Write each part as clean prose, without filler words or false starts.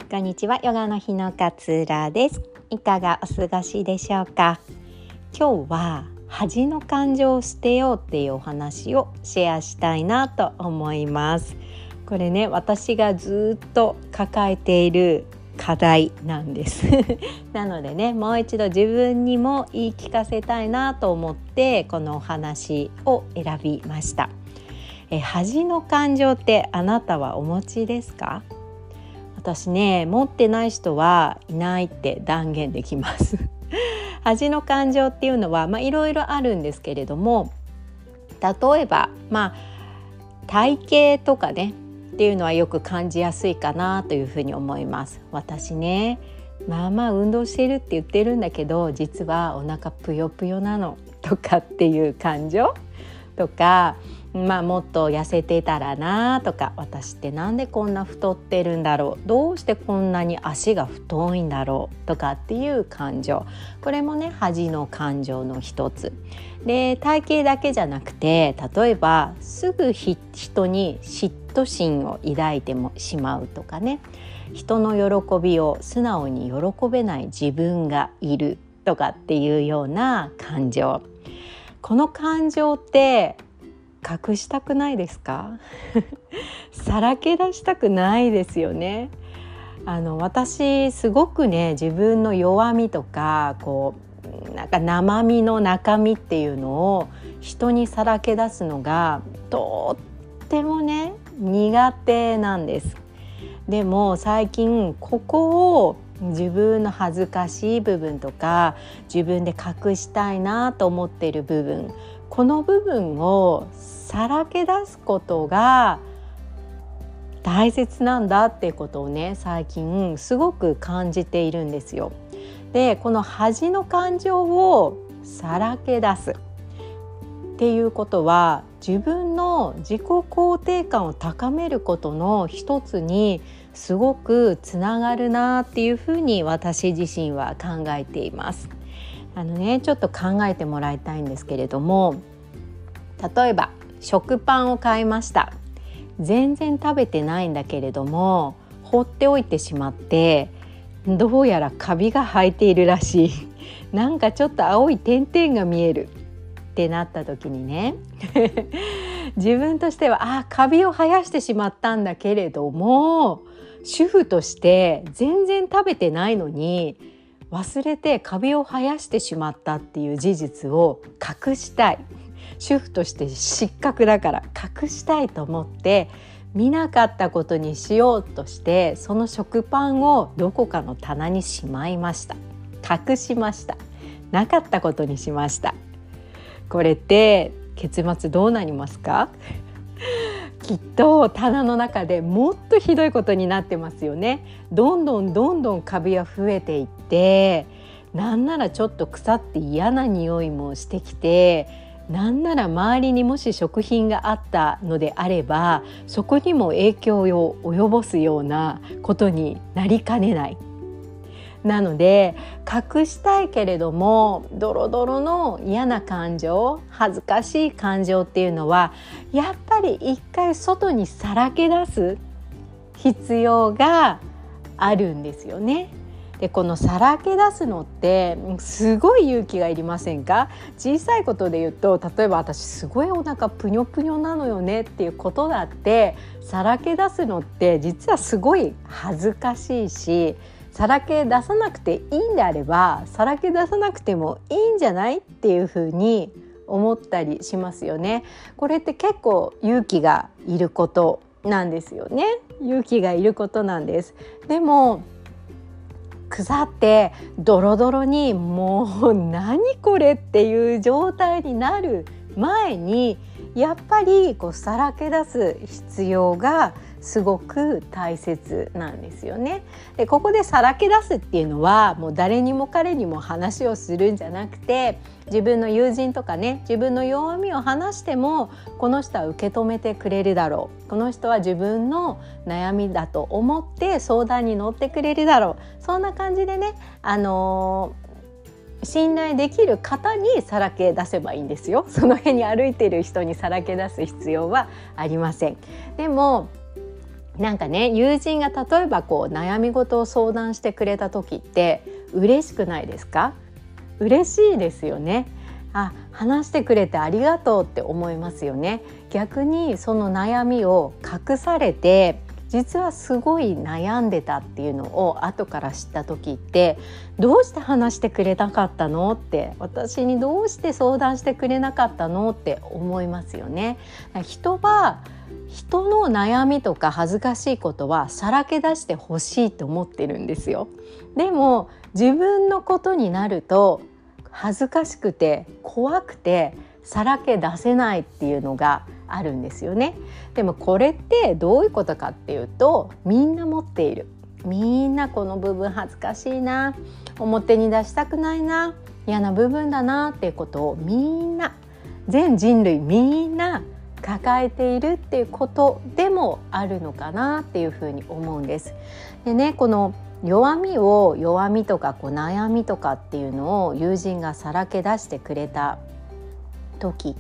こんにちは、ヨガの日の勝浦です。いかがお過ごしでしょうか。今日は恥の感情を捨てようっていうお話をシェアしたいなと思います。これね、私がずっと抱えている課題なんですなのでね、もう一度自分にも言い聞かせたいなと思ってこのお話を選びました。恥の感情ってあなたはお持ちですか？私ね、持ってない人はいないって断言できます恥の感情っていうのはいろいろあるんですけれども、例えば体型とかねっていうのはよく感じやすいかなというふうに思います。私ね、運動してるって言ってるんだけど、実はお腹ぷよぷよなのとかっていう感情とか、もっと痩せてたらなとか、私ってなんでこんな太ってるんだろう、どうしてこんなに足が太いんだろうとかっていう感情、これもね、恥の感情の一つで、体型だけじゃなくて、例えばすぐ人に嫉妬心を抱いてしまうとかね、人の喜びを素直に喜べない自分がいるとかっていうような感情、この感情って隠したくないですかさらけ出したくないですよね。私すごくね、自分の弱みとか生身の中身っていうのを人にさらけ出すのがとってもね、苦手なんです。でも最近ここを自分の恥ずかしい部分とか、自分で隠したいなと思っている部分、この部分をさらけ出すことが大切なんだっていうことをね、最近すごく感じているんですよ。で、この恥の感情をさらけ出すっていうことは、自分の自己肯定感を高めることの一つにすごくつながるなっていうふうに私自身は考えています。ちょっと考えてもらいたいんですけれども、例えば食パンを買いました。全然食べてないんだけれども、放っておいてしまって、どうやらカビが生えているらしいなんかちょっと青い点々が見えるってなった時にね自分としてはカビを生やしてしまったんだけれども、主婦として全然食べてないのに忘れてカビを生やしてしまったっていう事実を隠したい、主婦として失格だから隠したいと思って見なかったことにしようとして、その食パンをどこかの棚にしまいました。隠しました。なかったことにしました。これって結末どうなりますか？きっと棚の中でもっとひどいことになってますよね。どんどんカビは増えていって、なんならちょっと腐って嫌な匂いもしてきて、なんなら周りにもし食品があったのであれば、そこにも影響を及ぼすようなことになりかねない。なので隠したいけれども、ドロドロの嫌な感情、恥ずかしい感情っていうのはやっぱり一回外にさらけ出す必要があるんですよね。で、このさらけ出すのってすごい勇気がいりませんか？小さいことで言うと、例えば私すごいお腹ぷにょぷにょなのよねっていうことだって、さらけ出すのって実はすごい恥ずかしいし、さらけ出さなくていいんであればさらけ出さなくてもいいんじゃないっていうふうに思ったりしますよね。これって結構勇気がいることなんですよね。勇気がいることなんです。でも腐ってドロドロにもう何これっていう状態になる前に、やっぱりさらけ出す必要がすごく大切なんですよね。で、ここでさらけ出すっていうのは、もう誰にも彼にも話をするんじゃなくて、自分の友人とかね、自分の弱みを話してもこの人は受け止めてくれるだろう、この人は自分の悩みだと思って相談に乗ってくれるだろう、そんな感じでね、信頼できる方にさらけ出せばいいんですよ。その辺に歩いている人にさらけ出す必要はありません。でもなんかね、友人が例えば悩み事を相談してくれた時って嬉しくないですか？嬉しいですよね。話してくれてありがとうって思いますよね。逆にその悩みを隠されて、実はすごい悩んでたっていうのを後から知った時って、どうして話してくれなかったのって、私にどうして相談してくれなかったのって思いますよね。人は人の悩みとか恥ずかしいことはさらけ出してほしいと思ってるんですよ。でも自分のことになると恥ずかしくて怖くてさらけ出せないっていうのがあるんですよね。でもこれってどういうことかっていうと、みんな持っている。みんなこの部分恥ずかしいな、表に出したくないな、嫌な部分だなっていうことをみんな、全人類みんな抱えているっていうことでもあるのかなっていうふうに思うんです。でね、この弱みとか悩みとかっていうのを友人がさらけ出してくれた時って、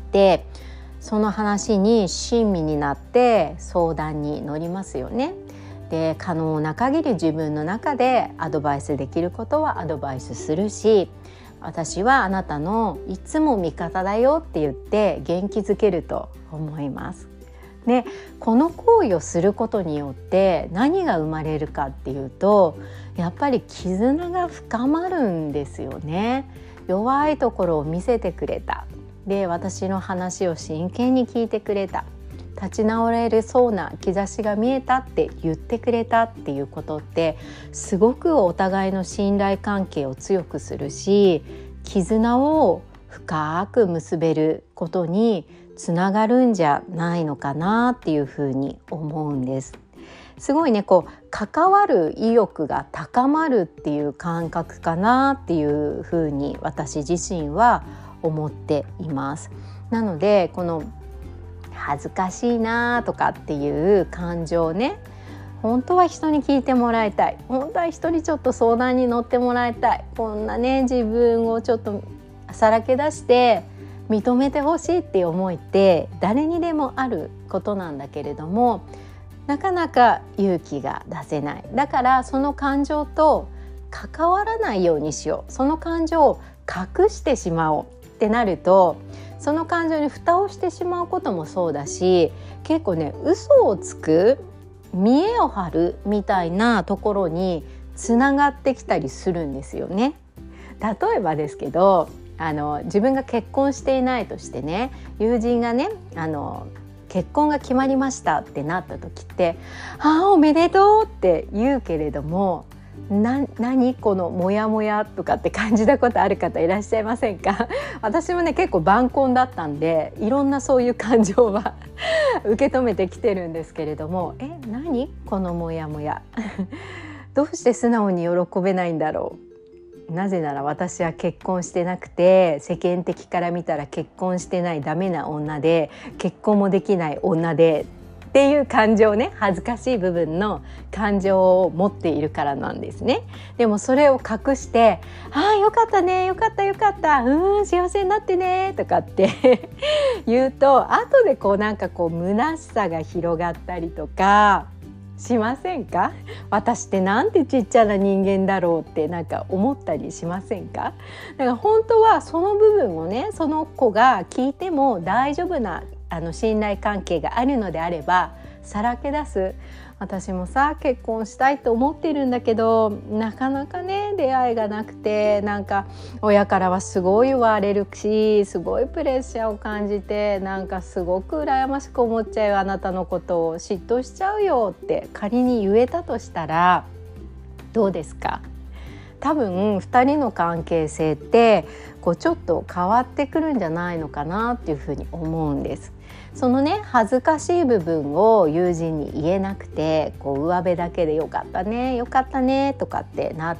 その話に親身になって相談に乗りますよね。で、可能な限り自分の中でアドバイスできることはアドバイスするし、私はあなたのいつも味方だよって言って元気づけると思います。で、この行為をすることによって何が生まれるかっていうと、やっぱり絆が深まるんですよね。弱いところを見せてくれた。で、私の話を真剣に聞いてくれた。立ち直れるそうな兆しが見えたって言ってくれたっていうことって、すごくお互いの信頼関係を強くするし、絆を深く結べることにつながるんじゃないのかなっていうふうに思うんです。すごいね、関わる意欲が高まるっていう感覚かなっていうふうに私自身は思っています。なので、この恥ずかしいなとかっていう感情ね、本当は人に聞いてもらいたい、本当は人にちょっと相談に乗ってもらいたい、こんなね自分をちょっとさらけ出して認めてほしいっていう思いって誰にでもあることなんだけれども、なかなか勇気が出せない。だからその感情と関わらないようにしよう、その感情を隠してしまおうってなると、その感情に蓋をしてしまうこともそうだし、結構ね、嘘をつく、見栄を張るみたいなところにつながってきたりするんですよね。例えばですけど、自分が結婚していないとしてね、友人がね結婚が決まりましたってなった時って、おめでとうって言うけれども、何このモヤモヤとかって感じたことある方いらっしゃいませんか？私もね、結構晩婚だったんで、いろんなそういう感情は受け止めてきてるんですけれども、何このモヤモヤどうして素直に喜べないんだろう。なぜなら私は結婚してなくて、世間的から見たら結婚してないダメな女で、結婚もできない女でっていう感情ね、恥ずかしい部分の感情を持っているからなんですね。でもそれを隠して、よかったね、よかったよかった、幸せになってねとかって言うと、後で虚しさが広がったりとかしませんか？私ってなんてちっちゃな人間だろうって思ったりしませんか？だから本当はその部分をね、その子が聞いても大丈夫な信頼関係があるのであればさらけ出す。私もさ、結婚したいと思ってるんだけど、なかなかね出会いがなくて、親からはすごい言われるし、すごいプレッシャーを感じて、すごく羨ましく思っちゃうよ、あなたのことを嫉妬しちゃうよって仮に言えたとしたらどうですか？多分2人の関係性ってちょっと変わってくるんじゃないのかなっていうふうに思うんです。そのね、恥ずかしい部分を友人に言えなくて、上辺だけでよかったねよかったねとかってなって、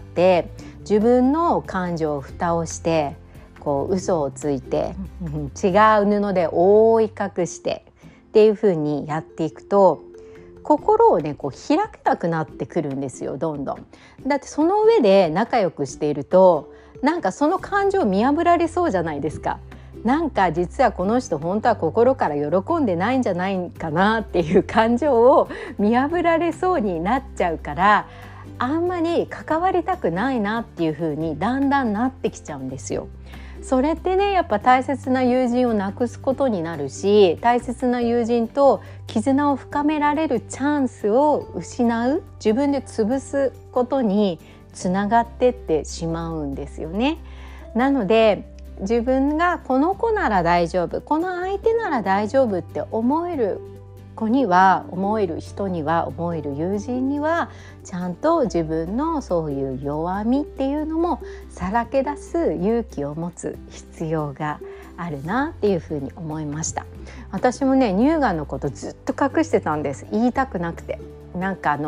自分の感情を蓋をして嘘をついて違う布で覆い隠してっていうふうにやっていくと、心をね開けなくなってくるんですよ、どんどん。だってその上で仲良くしていると、その感情見破られそうじゃないですか。 なんか実はこの人本当は心から喜んでないんじゃないかなっていう感情を見破られそうになっちゃうから、あんまり関わりたくないなっていう風にだんだんなってきちゃうんですよ。それってね、やっぱ大切な友人をなくすことになるし、大切な友人と絆を深められるチャンスを失う、自分で潰すことにつながってってしまうんですよね。なので自分がこの子なら大丈夫、この相手なら大丈夫って思える子には、思える人には、思える友人にはちゃんと自分のそういう弱みっていうのもさらけ出す勇気を持つ必要があるなっていうふうに思いました。私もね、乳がんのことずっと隠してたんです。言いたくなくて、なんか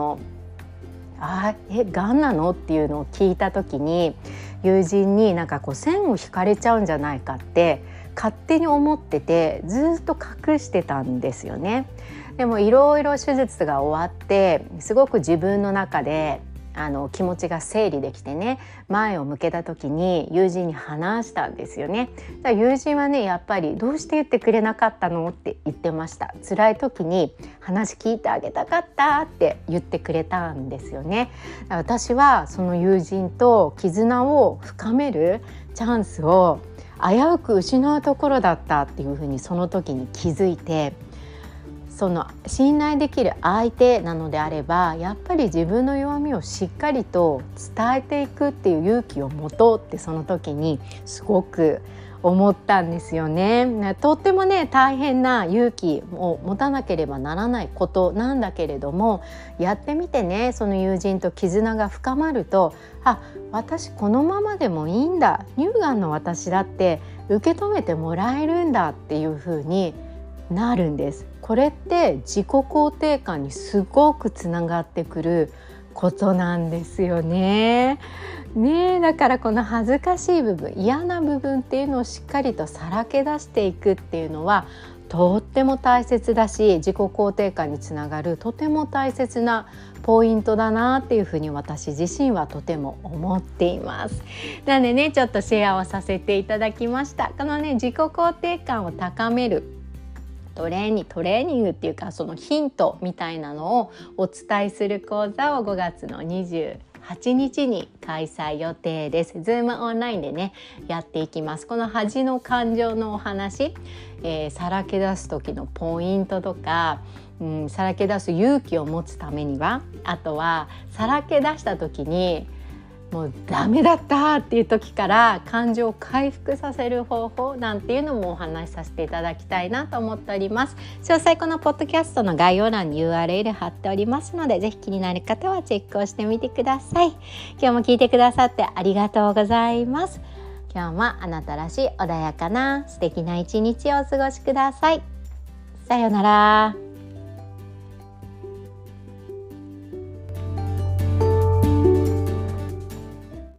がんなのっていうのを聞いた時に、友人になんかこう線を引かれちゃうんじゃないかって勝手に思ってて、ずっと隠してたんですよね。でもいろいろ手術が終わって、すごく自分の中で気持ちが整理できてね、前を向けた時に友人に話したんですよね。だから友人はね、やっぱりどうして言ってくれなかったのって言ってました。辛い時に話聞いてあげたかったって言ってくれたんですよね。私はその友人と絆を深めるチャンスを危うく失うところだったっていうふうにその時に気づいて、その信頼できる相手なのであれば、やっぱり自分の弱みをしっかりと伝えていくっていう勇気を持とうって、その時にすごく思ったんですよね。とってもね、大変な勇気を持たなければならないことなんだけれども、やってみてね、その友人と絆が深まると、私このままでもいいんだ、乳がんの私だって受け止めてもらえるんだっていう風になるんです。これって自己肯定感にすごくつながってくることなんですよね。だからこの恥ずかしい部分、嫌な部分っていうのをしっかりとさらけ出していくっていうのはとっても大切だし、自己肯定感につながるとても大切なポイントだなっていうふうに私自身はとても思っています。なのでね、ちょっとシェアをさせていただきました。このね、自己肯定感を高めるトレーニングっていうか、そのヒントみたいなのをお伝えする講座を5月の28日に開催予定です。Zoom オンラインでねやっていきます。この恥の感情のお話、さらけ出す時のポイントとか、さらけ出す勇気を持つためには、あとはさらけ出した時にもうダメだったっていう時から感情を回復させる方法なんていうのもお話しさせていただきたいなと思っております。詳細このポッドキャストの概要欄に URL 貼っておりますので、ぜひ気になる方はチェックをしてみてください。今日も聞いてくださってありがとうございます。今日もあなたらしい穏やかな素敵な一日をお過ごしください。さようなら。